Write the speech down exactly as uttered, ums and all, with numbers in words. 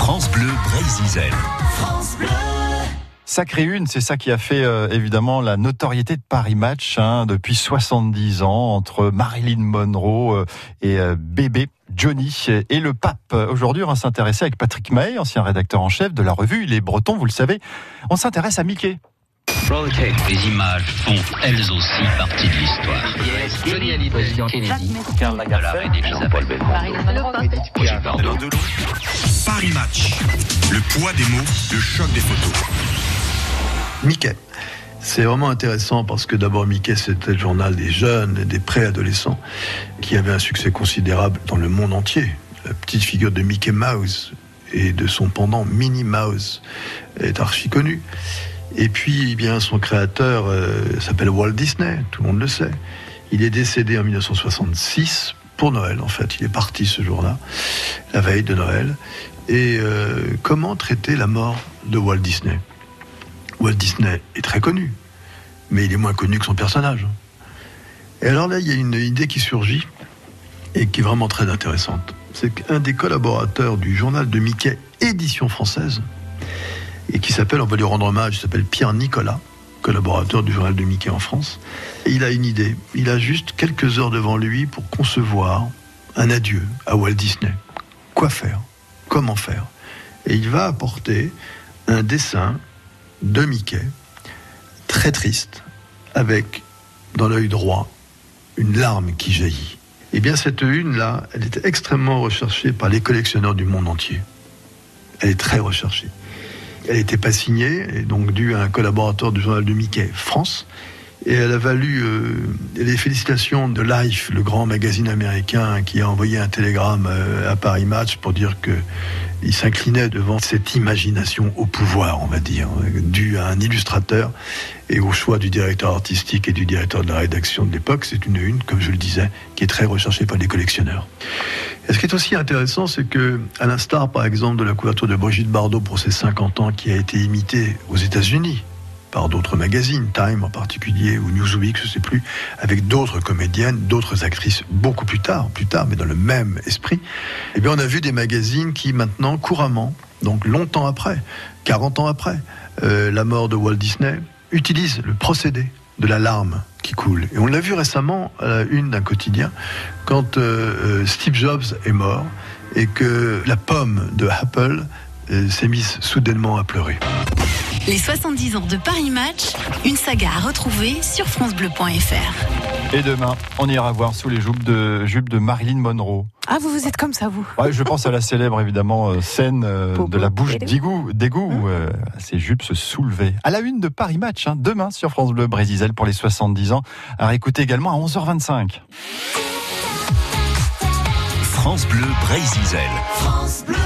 France Bleu Brésil. France Bleu. Sacrée une, c'est ça qui a fait euh, évidemment la notoriété de Paris Match hein, depuis soixante-dix ans entre Marilyn Monroe euh, et euh, bébé Johnny et le pape. Aujourd'hui, on va s'intéresser avec Patrick Mahé, ancien rédacteur en chef de la revue Les Bretons, vous le savez. On s'intéresse à Mickey. Les images font elles aussi partie de l'histoire. Yes, Johnny Hallyday, Kennedy, Karl Lagerfeld, Jean-Paul Belmondo. Paris Match. Le poids des mots, le choc des photos. Mickey. C'est vraiment intéressant parce que d'abord Mickey c'était le journal des jeunes et des préadolescents qui avait un succès considérable dans le monde entier. La petite figure de Mickey Mouse et de son pendant Minnie Mouse est archi connue. Et puis eh bien son créateur euh, s'appelle Walt Disney, tout le monde le sait. Il est décédé en dix-neuf cent soixante-six pour Noël en fait. Il est parti ce jour-là, la veille de Noël. Et euh, comment traiter la mort de Walt Disney ? Walt Disney est très connu, mais il est moins connu que son personnage. Et alors là, il y a une idée qui surgit et qui est vraiment très intéressante. C'est qu'un des collaborateurs du journal de Mickey, édition française, et qui s'appelle, on va lui rendre hommage, il s'appelle Pierre Nicolas, collaborateur du journal de Mickey en France. Et il a une idée. Il a juste quelques heures devant lui pour concevoir un adieu à Walt Disney. Quoi faire ? Comment faire ? Et il va apporter un dessin de Mickey, très triste, avec, dans l'œil droit, une larme qui jaillit. Eh bien, cette une-là, elle était extrêmement recherchée par les collectionneurs du monde entier. Elle est très recherchée. Elle n'était pas signée, et donc due à un collaborateur du journal de Mickey France, et elle a valu euh, les félicitations de Life, le grand magazine américain qui a envoyé un télégramme euh, à Paris Match pour dire que il s'inclinait devant cette imagination au pouvoir, on va dire, due à un illustrateur et au choix du directeur artistique et du directeur de la rédaction de l'époque. C'est une une, comme je le disais, qui est très recherchée par les collectionneurs. Et ce qui est aussi intéressant, c'est que, à l'instar, par exemple, de la couverture de Brigitte Bardot pour ses cinquante ans, qui a été imitée aux États-Unis par d'autres magazines, Time en particulier, ou Newsweek, je ne sais plus, avec d'autres comédiennes, d'autres actrices, beaucoup plus tard, plus tard, mais dans le même esprit, eh bien, on a vu des magazines qui, maintenant, couramment, donc longtemps après, quarante ans après, euh, la mort de Walt Disney, utilisent le procédé de la larme qui coule. Et on l'a vu récemment à la une d'un quotidien, quand euh, euh, Steve Jobs est mort, et que la pomme de Apple euh, s'est mise soudainement à pleurer. Les soixante-dix ans de Paris Match, une saga à retrouver sur francebleu point f r. Et demain, on ira voir sous les jupes de, jupes de Marilyn Monroe. Ah, vous vous êtes comme ça, vous. Ouais, je pense à la célèbre, évidemment, euh, scène euh, de la bouche d'égout, d'égout où euh, ces jupes se soulevaient. À la une de Paris Match, hein, demain sur France Bleu Brésil pour les soixante-dix ans. À réécouter également à onze heures vingt-cinq. France Bleu Brésil. France Bleu.